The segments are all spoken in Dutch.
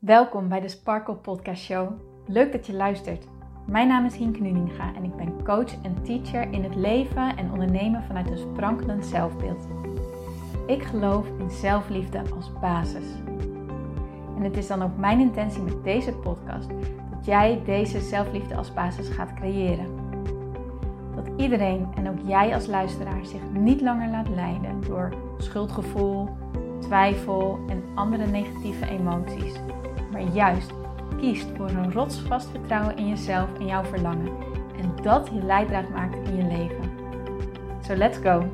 Welkom bij de Sparkle Podcast Show. Leuk dat je luistert. Mijn naam is Hienke Nuninga en ik ben coach en teacher in het leven en ondernemen vanuit een sprankelend zelfbeeld. Ik geloof in zelfliefde als basis. En het is dan ook mijn intentie met deze podcast dat jij deze zelfliefde als basis gaat creëren. Dat iedereen en ook jij als luisteraar zich niet langer laat leiden door schuldgevoel, twijfel en andere negatieve emoties. Maar juist kiest voor een rotsvast vertrouwen in jezelf en jouw verlangen. En dat je leidraad maakt in je leven. So let's go!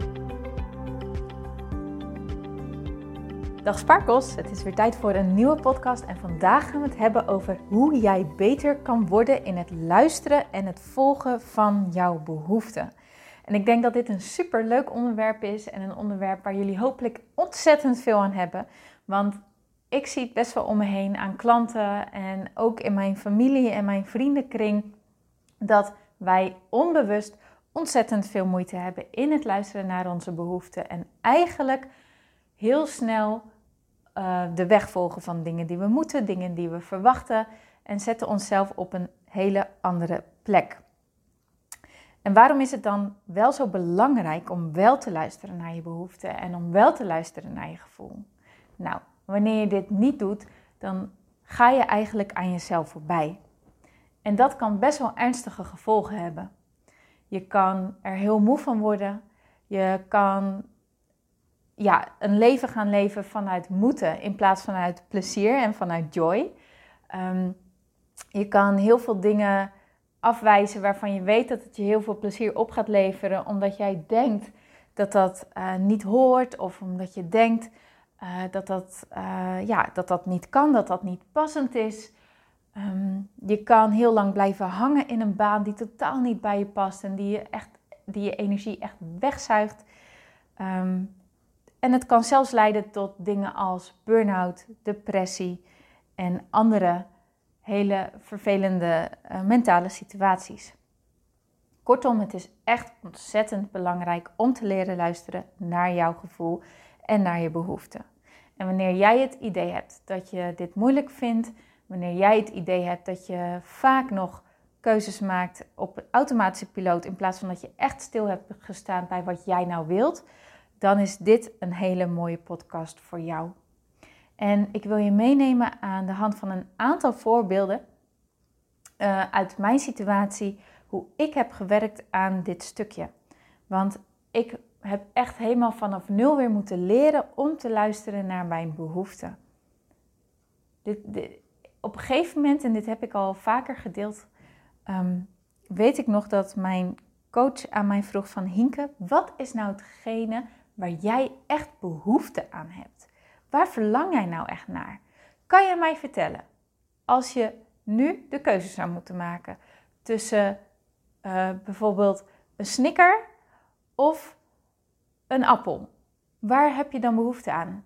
Dag Sparkles, het is weer tijd voor een nieuwe podcast. En vandaag gaan we het hebben over hoe jij beter kan worden in het luisteren en het volgen van jouw behoeften. En ik denk dat dit een super leuk onderwerp is en een onderwerp waar jullie hopelijk ontzettend veel aan hebben. Want ik zie het best wel om me heen aan klanten en ook in mijn familie en mijn vriendenkring dat wij onbewust ontzettend veel moeite hebben in het luisteren naar onze behoeften. En eigenlijk heel snel de weg volgen van dingen die we moeten, dingen die we verwachten en zetten onszelf op een hele andere plek. En waarom is het dan wel zo belangrijk om wel te luisteren naar je behoeften en om wel te luisteren naar je gevoel? Nou, wanneer je dit niet doet, dan ga je eigenlijk aan jezelf voorbij. En dat kan best wel ernstige gevolgen hebben. Je kan er heel moe van worden. Je kan een leven gaan leven vanuit moeten in plaats vanuit plezier en vanuit joy. Je kan heel veel dingen afwijzen waarvan je weet dat het je heel veel plezier op gaat leveren, omdat jij denkt dat dat niet hoort of omdat je denkt dat dat niet kan, dat dat niet passend is. Je kan heel lang blijven hangen in een baan die totaal niet bij je past en die je energie echt wegzuigt. En het kan zelfs leiden tot dingen als burn-out, depressie en andere hele vervelende mentale situaties. Kortom, het is echt ontzettend belangrijk om te leren luisteren naar jouw gevoel en naar je behoeften. En wanneer jij het idee hebt dat je dit moeilijk vindt, wanneer jij het idee hebt dat je vaak nog keuzes maakt op automatische piloot in plaats van dat je echt stil hebt gestaan bij wat jij nou wilt, dan is dit een hele mooie podcast voor jou. En ik wil je meenemen aan de hand van een aantal voorbeelden uit mijn situatie, hoe ik heb gewerkt aan dit stukje. Want ik heb echt helemaal vanaf nul weer moeten leren om te luisteren naar mijn behoeften. Op een gegeven moment, en dit heb ik al vaker gedeeld, weet ik nog dat mijn coach aan mij vroeg van Hienke, wat is nou hetgene waar jij echt behoefte aan hebt? Waar verlang jij nou echt naar? Kan je mij vertellen, als je nu de keuze zou moeten maken tussen bijvoorbeeld een Snicker of een appel, waar heb je dan behoefte aan?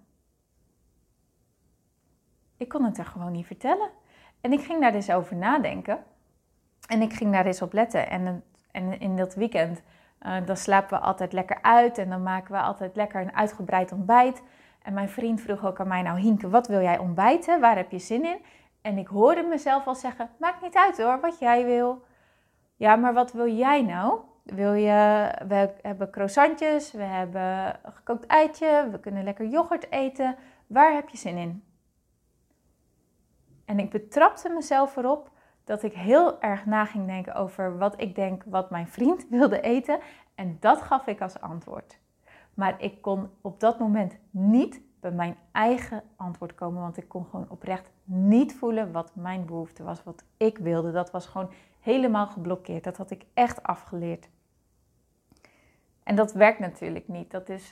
Ik kon het er gewoon niet vertellen. En ik ging daar dus over nadenken. En ik ging daar eens op letten. En in dat weekend, dan slapen we altijd lekker uit. En dan maken we altijd lekker een uitgebreid ontbijt. En mijn vriend vroeg ook aan mij, nou Hienke, wat wil jij ontbijten? Waar heb je zin in? En ik hoorde mezelf al zeggen, maakt niet uit hoor, wat jij wil. Ja, maar wat wil jij nou? We hebben croissantjes, we hebben een gekookt eitje, we kunnen lekker yoghurt eten. Waar heb je zin in? En ik betrapte mezelf erop dat ik heel erg na ging denken over wat ik denk wat mijn vriend wilde eten. En dat gaf ik als antwoord. Maar ik kon op dat moment niet bij mijn eigen antwoord komen. Want ik kon gewoon oprecht niet voelen wat mijn behoefte was, wat ik wilde. Dat was gewoon helemaal geblokkeerd. Dat had ik echt afgeleerd. En dat werkt natuurlijk niet.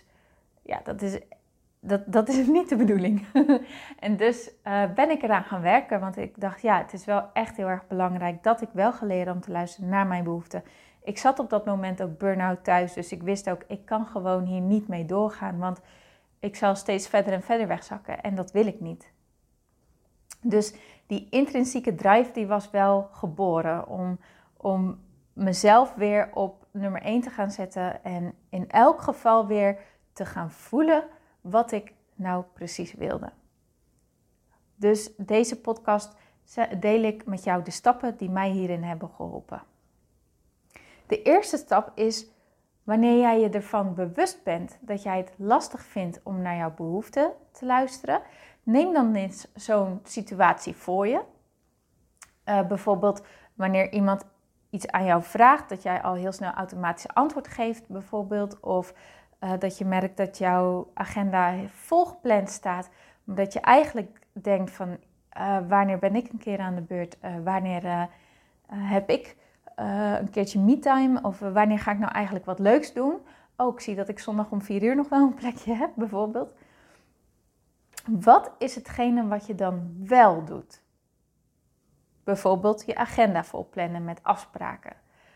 Dat is niet de bedoeling. En dus ben ik eraan gaan werken. Want ik dacht, het is wel echt heel erg belangrijk dat ik wel ga leren om te luisteren naar mijn behoeften. Ik zat op dat moment ook burn-out thuis. Dus ik wist ook, ik kan gewoon hier niet mee doorgaan. Want ik zal steeds verder en verder wegzakken. En dat wil ik niet. Dus die intrinsieke drive die was wel geboren. Om mezelf weer op nummer 1 te gaan zetten. En in elk geval weer te gaan voelen wat ik nou precies wilde. Dus deze podcast deel ik met jou de stappen die mij hierin hebben geholpen. De eerste stap is wanneer jij je ervan bewust bent dat jij het lastig vindt om naar jouw behoeften te luisteren. Neem dan eens zo'n situatie voor je. Bijvoorbeeld wanneer iemand iets aan jou vraagt, dat jij al heel snel automatisch antwoord geeft bijvoorbeeld. Of dat je merkt dat jouw agenda volgepland staat. Omdat je eigenlijk denkt van wanneer ben ik een keer aan de beurt? Wanneer heb ik een keertje me-time? Of wanneer ga ik nou eigenlijk wat leuks doen? Oh, ik zie dat ik zondag om 4 uur nog wel een plekje heb bijvoorbeeld. Wat is hetgene wat je dan wel doet? Bijvoorbeeld je agenda volplannen met afspraken.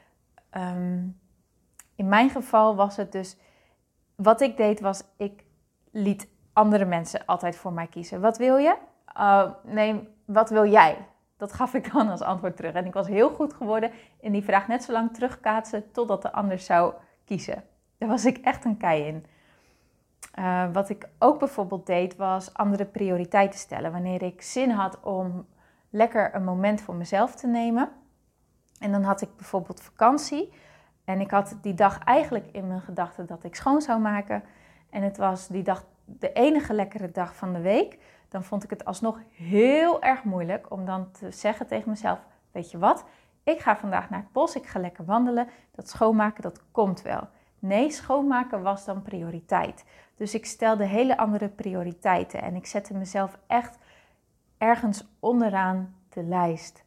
In mijn geval was het dus, wat ik deed was, ik liet andere mensen altijd voor mij kiezen. Wat wil je? Nee, wat wil jij? Dat gaf ik dan als antwoord terug. En ik was heel goed geworden in die vraag net zo lang terugkaatsen totdat de ander zou kiezen. Daar was ik echt een kei in. Wat ik ook bijvoorbeeld deed was andere prioriteiten stellen. Wanneer ik zin had om lekker een moment voor mezelf te nemen. En dan had ik bijvoorbeeld vakantie. En ik had die dag eigenlijk in mijn gedachten dat ik schoon zou maken. En het was die dag de enige lekkere dag van de week. Dan vond ik het alsnog heel erg moeilijk om dan te zeggen tegen mezelf, weet je wat? Ik ga vandaag naar het bos, ik ga lekker wandelen. Dat schoonmaken, dat komt wel. Nee, schoonmaken was dan prioriteit. Dus ik stelde hele andere prioriteiten. En ik zette mezelf echt ergens onderaan de lijst.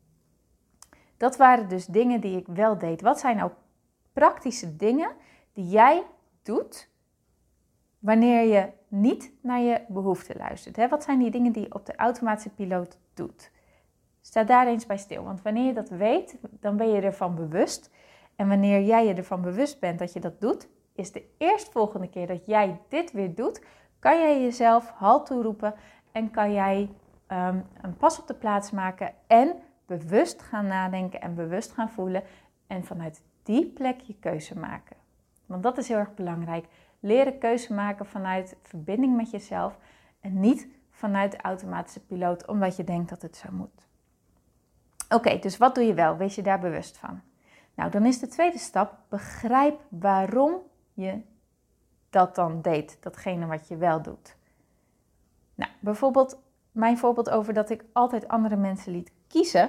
Dat waren dus dingen die ik wel deed. Wat zijn nou praktische dingen die jij doet wanneer je niet naar je behoeften luistert? Wat zijn die dingen die je op de automatische piloot doet? Sta daar eens bij stil. Want wanneer je dat weet, dan ben je ervan bewust. En wanneer jij je ervan bewust bent dat je dat doet, is de eerstvolgende keer dat jij dit weer doet, kan jij jezelf halt toeroepen en kan jij een pas op de plaats maken en bewust gaan nadenken en bewust gaan voelen en vanuit die plek je keuze maken. Want dat is heel erg belangrijk. Leren keuze maken vanuit verbinding met jezelf en niet vanuit de automatische piloot omdat je denkt dat het zo moet. Oké, dus wat doe je wel? Wees je daar bewust van. Nou, dan is de tweede stap, begrijp waarom je dat dan deed, datgene wat je wel doet. Nou, bijvoorbeeld mijn voorbeeld over dat ik altijd andere mensen liet kiezen.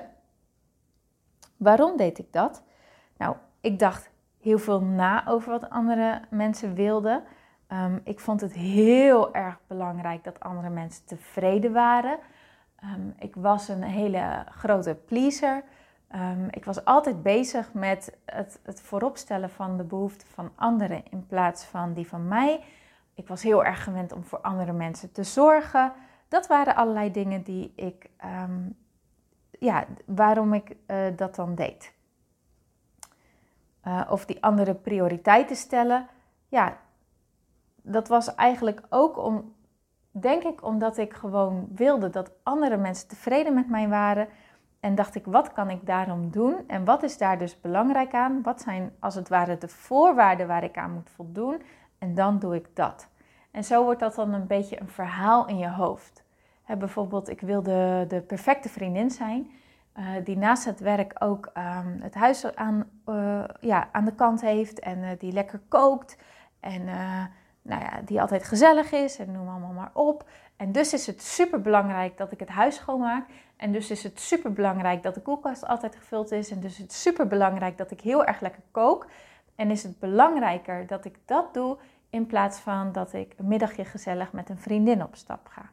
Waarom deed ik dat? Nou, ik dacht heel veel na over wat andere mensen wilden. Ik vond het heel erg belangrijk dat andere mensen tevreden waren. Ik was een hele grote pleaser. Ik was altijd bezig met het vooropstellen van de behoeften van anderen in plaats van die van mij. Ik was heel erg gewend om voor andere mensen te zorgen. Dat waren allerlei dingen die ik, waarom ik dat dan deed. Of die andere prioriteiten stellen. Ja, dat was eigenlijk ook omdat ik gewoon wilde dat andere mensen tevreden met mij waren. En dacht ik, wat kan ik daarom doen? En wat is daar dus belangrijk aan? Wat zijn als het ware de voorwaarden waar ik aan moet voldoen? En dan doe ik dat. En zo wordt dat dan een beetje een verhaal in je hoofd. Bijvoorbeeld, ik wilde de perfecte vriendin zijn. Die naast het werk ook het huis aan de kant heeft. En die lekker kookt. En die altijd gezellig is. En noem allemaal maar op. En dus is het super belangrijk dat ik het huis schoonmaak. En dus is het super belangrijk dat de koelkast altijd gevuld is. En dus is het super belangrijk dat ik heel erg lekker kook. En is het belangrijker dat ik dat doe in plaats van dat ik een middagje gezellig met een vriendin op stap ga.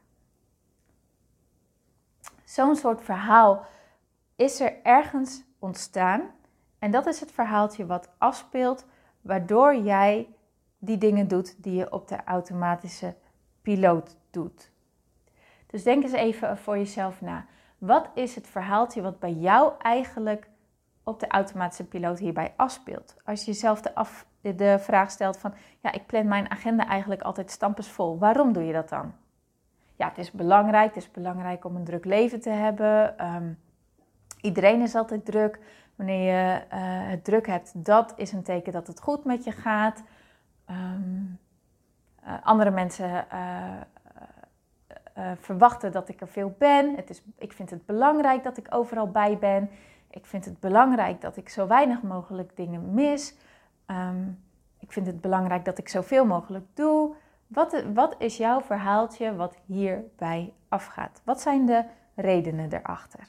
Zo'n soort verhaal is er ergens ontstaan. En dat is het verhaaltje wat afspeelt, waardoor jij die dingen doet die je op de automatische piloot doet. Dus denk eens even voor jezelf na. Wat is het verhaaltje wat bij jou eigenlijk op de automatische piloot hierbij afspeelt? Als je jezelf de vraag stelt van, ja, ik plan mijn agenda eigenlijk altijd stampensvol. Waarom doe je dat dan? Ja, het is belangrijk om een druk leven te hebben. Iedereen is altijd druk. Wanneer je het druk hebt, dat is een teken dat het goed met je gaat. Andere mensen verwachten dat ik er veel ben. Ik vind het belangrijk dat ik overal bij ben. Ik vind het belangrijk dat ik zo weinig mogelijk dingen mis. Ik vind het belangrijk dat ik zoveel mogelijk doe. Wat is jouw verhaaltje wat hierbij afgaat? Wat zijn de redenen erachter?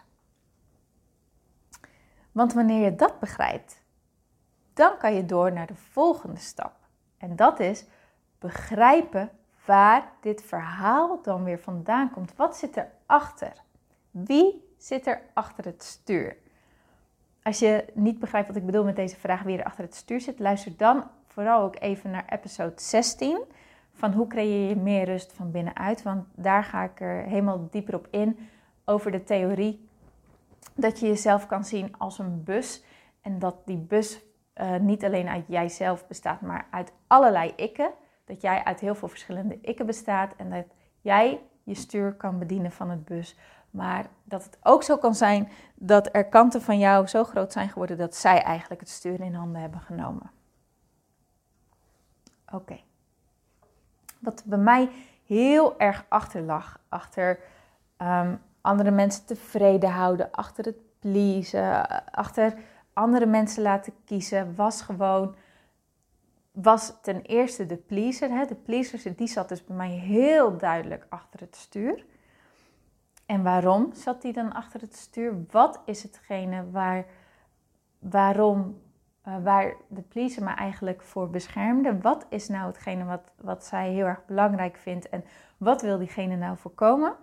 Want wanneer je dat begrijpt, dan kan je door naar de volgende stap. En dat is begrijpen waar dit verhaal dan weer vandaan komt. Wat zit erachter? Wie zit er achter het stuur? Als je niet begrijpt wat ik bedoel met deze vraag, wie er achter het stuur zit, luister dan vooral ook even naar episode 16 van hoe creëer je meer rust van binnenuit. Want daar ga ik er helemaal dieper op in over de theorie dat je jezelf kan zien als een bus. En dat die bus niet alleen uit jijzelf bestaat, maar uit allerlei ikken. Dat jij uit heel veel verschillende ikken bestaat en dat jij je stuur kan bedienen van het bus. Maar dat het ook zo kan zijn dat er kanten van jou zo groot zijn geworden dat zij eigenlijk het stuur in handen hebben genomen. Oké. Wat bij mij heel erg achter lag, achter andere mensen tevreden houden, achter het pleasen, achter andere mensen laten kiezen, was ten eerste de pleaser. Hè? De pleaser die zat dus bij mij heel duidelijk achter het stuur. En waarom zat die dan achter het stuur? Wat is hetgene waar de pleaser me eigenlijk voor beschermde? Wat is nou hetgene wat zij heel erg belangrijk vindt? En wat wil diegene nou voorkomen?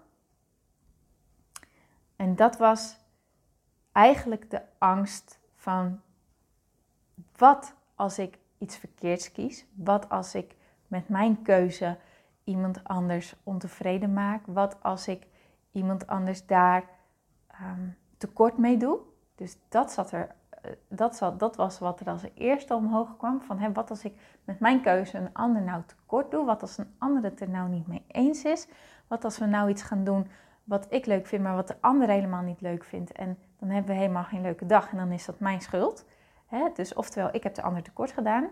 En dat was eigenlijk de angst van: wat als ik iets verkeerds kies? Wat als ik met mijn keuze iemand anders ontevreden maak? Wat als ik iemand anders daar tekort mee doe? Dus dat was wat er als eerste omhoog kwam. Van, wat als ik met mijn keuze een ander nou tekort doe? Wat als een ander het er nou niet mee eens is? Wat als we nou iets gaan doen wat ik leuk vind, maar wat de ander helemaal niet leuk vindt? En dan hebben we helemaal geen leuke dag en dan is dat mijn schuld. Dus oftewel, ik heb de ander tekort gedaan.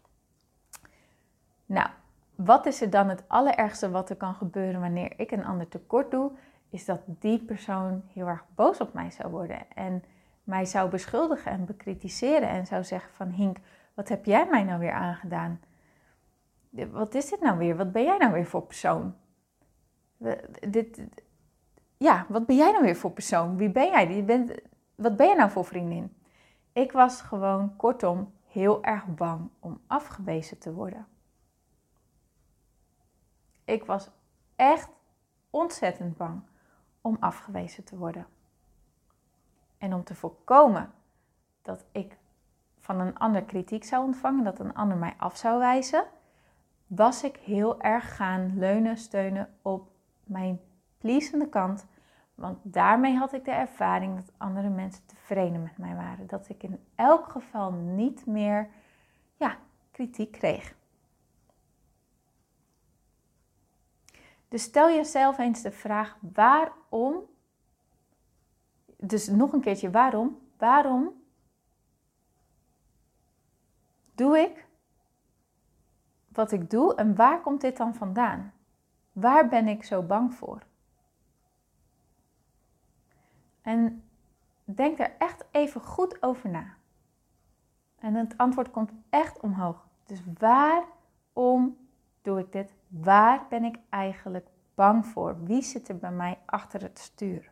Nou, wat is er dan het allerergste wat er kan gebeuren wanneer ik een ander tekort doe? Is dat die persoon heel erg boos op mij zou worden. En mij zou beschuldigen en bekritiseren. En zou zeggen van: Hink, wat heb jij mij nou weer aangedaan? Wat is dit nou weer? Wat ben jij nou weer voor persoon? Wat ben jij nou weer voor persoon? Wie ben jij? Wat ben jij nou voor vriendin? Ik was gewoon, kortom, heel erg bang om afgewezen te worden. Ik was echt ontzettend bang om afgewezen te worden. En om te voorkomen dat ik van een ander kritiek zou ontvangen, dat een ander mij af zou wijzen, was ik heel erg gaan leunen, steunen op mijn pleasende kant. Want daarmee had ik de ervaring dat andere mensen tevreden met mij waren. Dat ik in elk geval niet meer kritiek kreeg. Dus stel jezelf eens de vraag: waarom? Dus nog een keertje, waarom? Waarom doe ik wat ik doe en waar komt dit dan vandaan? Waar ben ik zo bang voor? En denk er echt even goed over na. En het antwoord komt echt omhoog. Dus waarom doe ik dit? Waar ben ik eigenlijk bang voor? Wie zit er bij mij achter het stuur?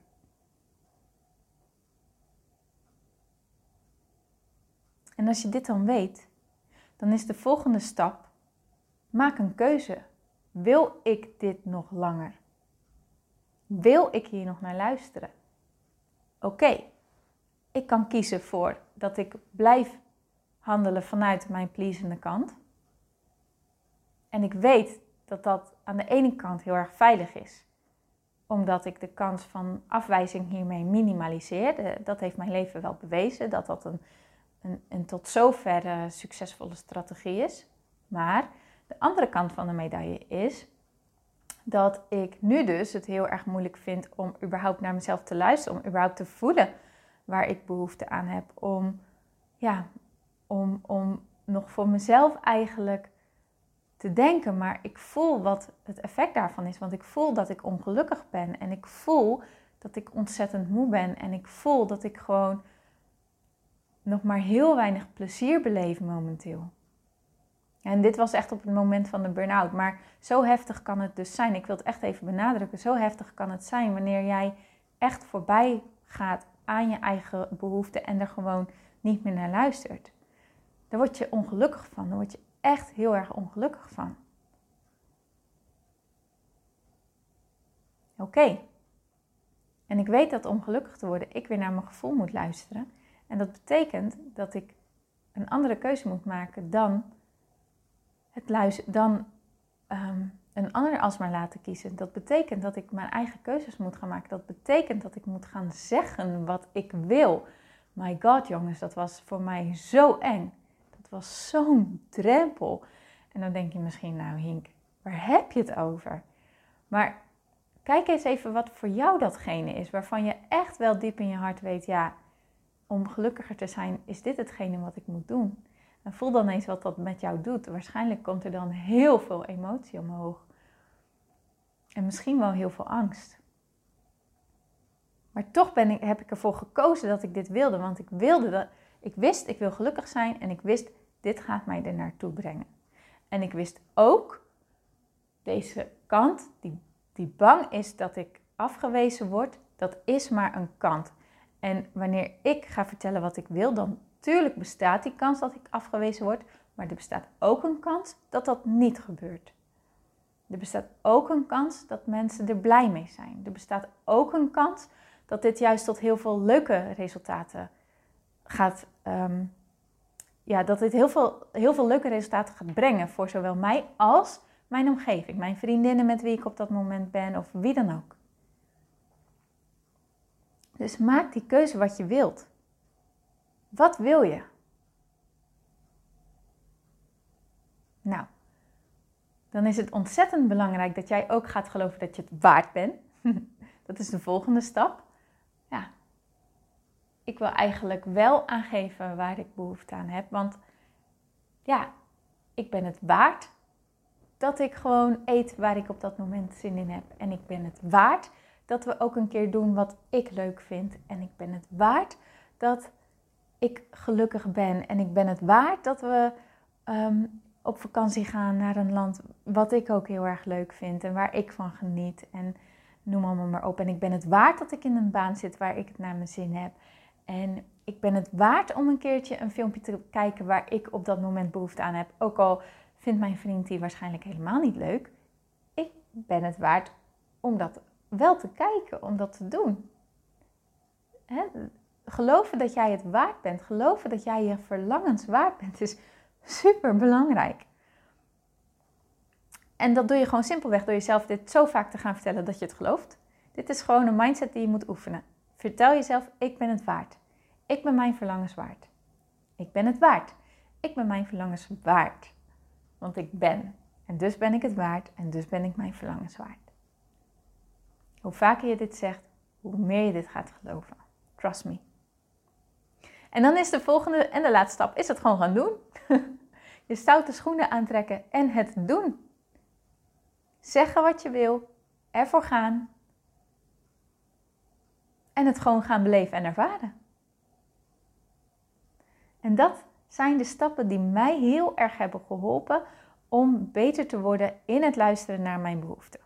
En als je dit dan weet, dan is de volgende stap: maak een keuze. Wil ik dit nog langer? Wil ik hier nog naar luisteren? Oké, ik kan kiezen voor dat ik blijf handelen vanuit mijn pleasende kant. En ik weet dat dat aan de ene kant heel erg veilig is, omdat ik de kans van afwijzing hiermee minimaliseer. Dat heeft mijn leven wel bewezen, dat dat een tot zover succesvolle strategie is. Maar de andere kant van de medaille is dat ik nu dus het heel erg moeilijk vind om überhaupt naar mezelf te luisteren, om überhaupt te voelen waar ik behoefte aan heb, om nog voor mezelf eigenlijk te denken, maar ik voel wat het effect daarvan is. Want ik voel dat ik ongelukkig ben en ik voel dat ik ontzettend moe ben en ik voel dat ik gewoon nog maar heel weinig plezier beleef momenteel. En dit was echt op het moment van de burn-out, maar zo heftig kan het dus zijn. Ik wil het echt even benadrukken, zo heftig kan het zijn wanneer jij echt voorbij gaat aan je eigen behoeften en er gewoon niet meer naar luistert. Daar word je ongelukkig van, daar word je echt heel erg ongelukkig van. Oké. En ik weet dat om gelukkig te worden ik weer naar mijn gevoel moet luisteren. En dat betekent dat ik een andere keuze moet maken dan een ander alsmaar laten kiezen. Dat betekent dat ik mijn eigen keuzes moet gaan maken. Dat betekent dat ik moet gaan zeggen wat ik wil. My god jongens, dat was voor mij zo eng. Dat was zo'n drempel. En dan denk je misschien, nou Hink, waar heb je het over? Maar kijk eens even wat voor jou datgene is. Waarvan je echt wel diep in je hart weet, ja, om gelukkiger te zijn is dit hetgene wat ik moet doen. En voel dan eens wat dat met jou doet. Waarschijnlijk komt er dan heel veel emotie omhoog. En misschien wel heel veel angst. Maar toch heb ik ervoor gekozen dat ik dit wilde. Want ik wist, ik wil gelukkig zijn. En ik wist, dit gaat mij er naartoe brengen. En ik wist ook, deze kant die bang is dat ik afgewezen word, dat is maar een kant. En wanneer ik ga vertellen wat ik wil, dan tuurlijk bestaat die kans dat ik afgewezen word. Maar er bestaat ook een kans dat dat niet gebeurt. Er bestaat ook een kans dat mensen er blij mee zijn. Er bestaat ook een kans dat dit juist tot heel veel leuke resultaten gaat. Dat dit heel veel leuke resultaten gaat brengen voor zowel mij als mijn omgeving. Mijn vriendinnen met wie ik op dat moment ben of wie dan ook. Dus maak die keuze wat je wilt. Wat wil je? Nou, dan is het ontzettend belangrijk dat jij ook gaat geloven dat je het waard bent. Dat is de volgende stap. Ja, ik wil eigenlijk wel aangeven waar ik behoefte aan heb. Want ja, ik ben het waard dat ik gewoon eet waar ik op dat moment zin in heb. En ik ben het waard dat we ook een keer doen wat ik leuk vind. En ik ben het waard dat ik gelukkig ben. En ik ben het waard dat we op vakantie gaan naar een land wat ik ook heel erg leuk vind. En waar ik van geniet. En noem allemaal maar op. En ik ben het waard dat ik in een baan zit waar ik het naar mijn zin heb. En ik ben het waard om een keertje een filmpje te kijken waar ik op dat moment behoefte aan heb. Ook al vindt mijn vriend die waarschijnlijk helemaal niet leuk. Ik ben het waard om dat wel te kijken, om dat te doen. Geloven dat jij het waard bent, geloven dat jij je verlangens waard bent, is super belangrijk. En dat doe je gewoon simpelweg door jezelf dit zo vaak te gaan vertellen dat je het gelooft. Dit is gewoon een mindset die je moet oefenen. Vertel jezelf, ik ben het waard. Ik ben mijn verlangens waard. Ik ben het waard. Ik ben mijn verlangens waard. Want ik ben. En dus ben ik het waard. En dus ben ik mijn verlangens waard. Hoe vaker je dit zegt, hoe meer je dit gaat geloven. Trust me. En dan is de volgende en de laatste stap, is het gewoon gaan doen. Je stoute schoenen aantrekken en het doen. Zeggen wat je wil, ervoor gaan. En het gewoon gaan beleven en ervaren. En dat zijn de stappen die mij heel erg hebben geholpen om beter te worden in het luisteren naar mijn behoeften.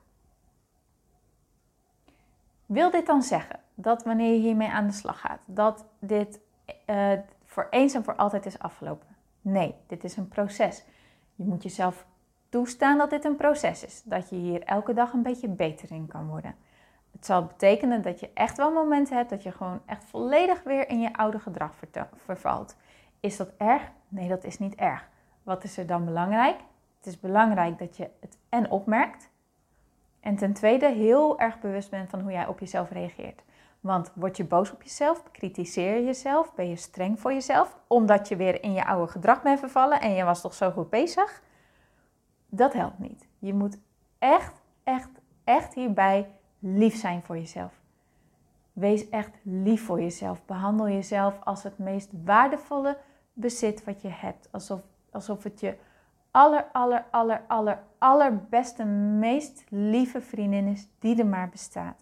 Wil dit dan zeggen dat wanneer je hiermee aan de slag gaat, dat dit voor eens en voor altijd is afgelopen? Nee, dit is een proces. Je moet jezelf toestaan dat dit een proces is. Dat je hier elke dag een beetje beter in kan worden. Het zal betekenen dat je echt wel momenten hebt dat je gewoon echt volledig weer in je oude gedrag vervalt. Is dat erg? Nee, dat is niet erg. Wat is er dan belangrijk? Het is belangrijk dat je het en opmerkt. En ten tweede heel erg bewust bent van hoe jij op jezelf reageert. Want word je boos op jezelf? Bekritiseer je jezelf? Ben je streng voor jezelf? Omdat je weer in je oude gedrag bent vervallen en je was toch zo goed bezig? Dat helpt niet. Je moet echt hierbij lief zijn voor jezelf. Wees echt lief voor jezelf. Behandel jezelf als het meest waardevolle bezit wat je hebt. Alsof het je allerbeste, meest lieve vriendin is die er maar bestaat.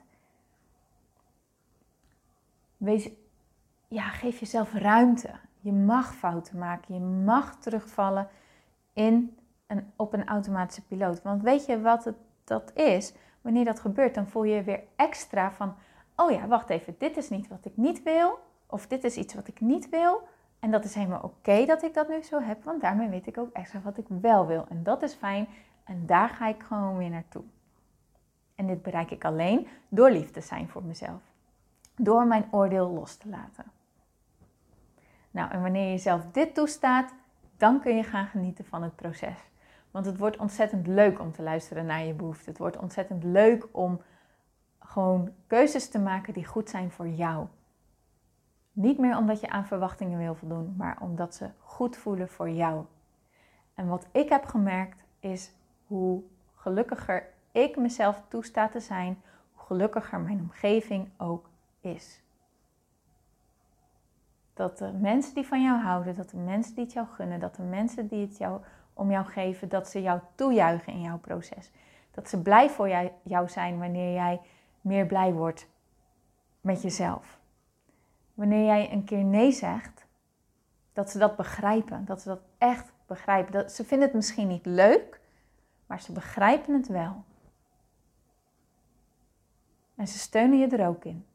Geef jezelf ruimte. Je mag fouten maken. Je mag terugvallen op een automatische piloot. Want weet je wat dat is? Wanneer dat gebeurt, dan voel je weer extra van... Oh ja, wacht even, dit is niet wat ik niet wil. Of dit is iets wat ik niet wil. En dat is helemaal oké dat ik dat nu zo heb. Want daarmee weet ik ook extra wat ik wel wil. En dat is fijn. En daar ga ik gewoon weer naartoe. En dit bereik ik alleen door lief te zijn voor mezelf. Door mijn oordeel los te laten. Nou, en wanneer je jezelf dit toestaat, dan kun je gaan genieten van het proces. Want het wordt ontzettend leuk om te luisteren naar je behoeften. Het wordt ontzettend leuk om gewoon keuzes te maken die goed zijn voor jou. Niet meer omdat je aan verwachtingen wil voldoen, maar omdat ze goed voelen voor jou. En wat ik heb gemerkt is hoe gelukkiger ik mezelf toesta te zijn, hoe gelukkiger mijn omgeving ook is. Dat de mensen die van jou houden, dat de mensen die het jou gunnen, dat de mensen die het om jou geven, dat ze jou toejuichen in jouw proces. Dat ze blij voor jou zijn wanneer jij meer blij wordt met jezelf. Wanneer jij een keer nee zegt, dat ze dat begrijpen. Dat ze dat echt begrijpen. Ze vinden het misschien niet leuk, maar ze begrijpen het wel. En ze steunen je er ook in.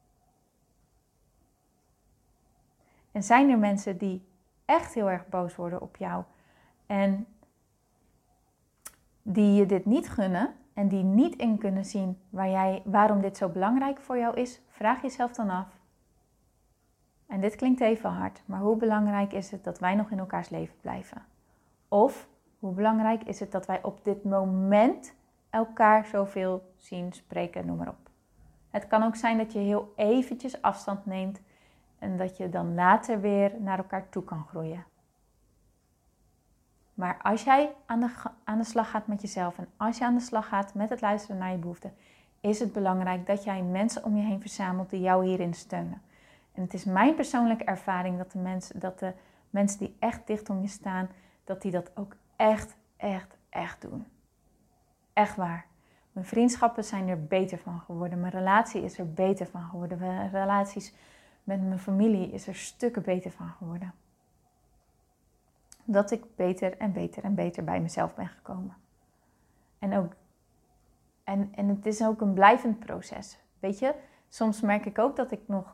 En zijn er mensen die echt heel erg boos worden op jou en die je dit niet gunnen en die niet in kunnen zien waarom dit zo belangrijk voor jou is, vraag jezelf dan af. En dit klinkt even hard, maar hoe belangrijk is het dat wij nog in elkaars leven blijven? Of hoe belangrijk is het dat wij op dit moment elkaar zoveel zien, spreken, noem maar op. Het kan ook zijn dat je heel eventjes afstand neemt en dat je dan later weer naar elkaar toe kan groeien. Maar als jij aan de slag gaat met jezelf en als je aan de slag gaat met het luisteren naar je behoeften, is het belangrijk dat jij mensen om je heen verzamelt die jou hierin steunen. En het is mijn persoonlijke ervaring dat de mensen die echt dicht om je staan, dat die dat ook echt doen. Echt waar. Mijn vriendschappen zijn er beter van geworden. Mijn relatie is er beter van geworden. Mijn relaties met mijn familie is er stukken beter van geworden. Dat ik beter en beter bij mezelf ben gekomen. En het is ook een blijvend proces. Weet je, soms merk ik ook dat ik nog...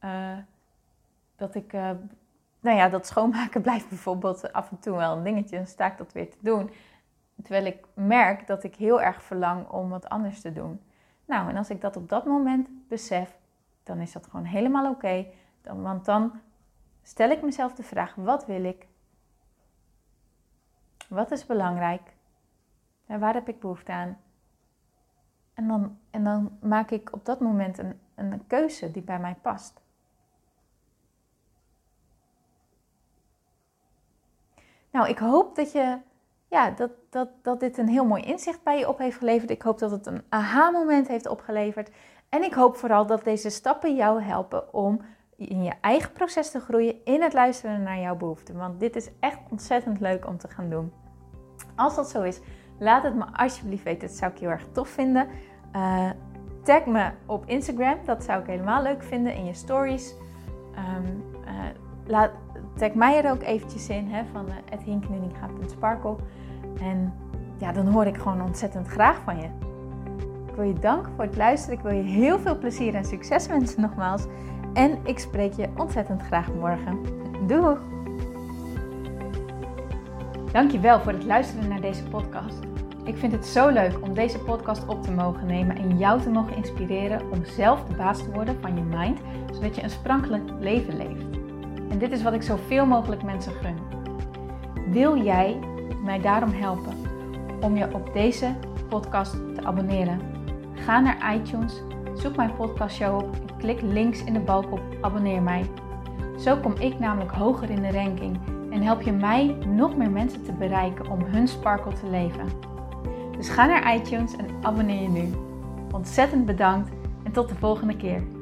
dat schoonmaken blijft bijvoorbeeld af en toe wel een dingetje. Dan sta ik dat weer te doen. Terwijl ik merk dat ik heel erg verlang om wat anders te doen. Nou, en als ik dat op dat moment besef, dan is dat gewoon helemaal oké. Want dan stel ik mezelf de vraag, wat wil ik? Wat is belangrijk? En waar heb ik behoefte aan? En dan maak ik op dat moment een keuze die bij mij past. Nou, ik hoop dat dit een heel mooi inzicht bij je op heeft geleverd. Ik hoop dat het een aha-moment heeft opgeleverd. En ik hoop vooral dat deze stappen jou helpen om in je eigen proces te groeien in het luisteren naar jouw behoeften. Want dit is echt ontzettend leuk om te gaan doen. Als dat zo is, laat het me alsjeblieft weten. Dat zou ik heel erg tof vinden. Tag me op Instagram. Dat zou ik helemaal leuk vinden in je stories. Tag mij er ook eventjes in, van @hinknuninga.sparkle. En ja, dan hoor ik gewoon ontzettend graag van je. Ik wil je danken voor het luisteren. Ik wil je heel veel plezier en succes wensen nogmaals. En ik spreek je ontzettend graag morgen. Doeg! Dankjewel voor het luisteren naar deze podcast. Ik vind het zo leuk om deze podcast op te mogen nemen en jou te mogen inspireren om zelf de baas te worden van je mind, zodat je een sprankelijk leven leeft. En dit is wat ik zoveel mogelijk mensen gun. Wil jij mij daarom helpen om je op deze podcast te abonneren? Ga naar iTunes, zoek mijn podcastshow op en klik links in de balk op abonneer mij. Zo kom ik namelijk hoger in de ranking en help je mij nog meer mensen te bereiken om hun sparkle te leven. Dus ga naar iTunes en abonneer je nu. Ontzettend bedankt en tot de volgende keer.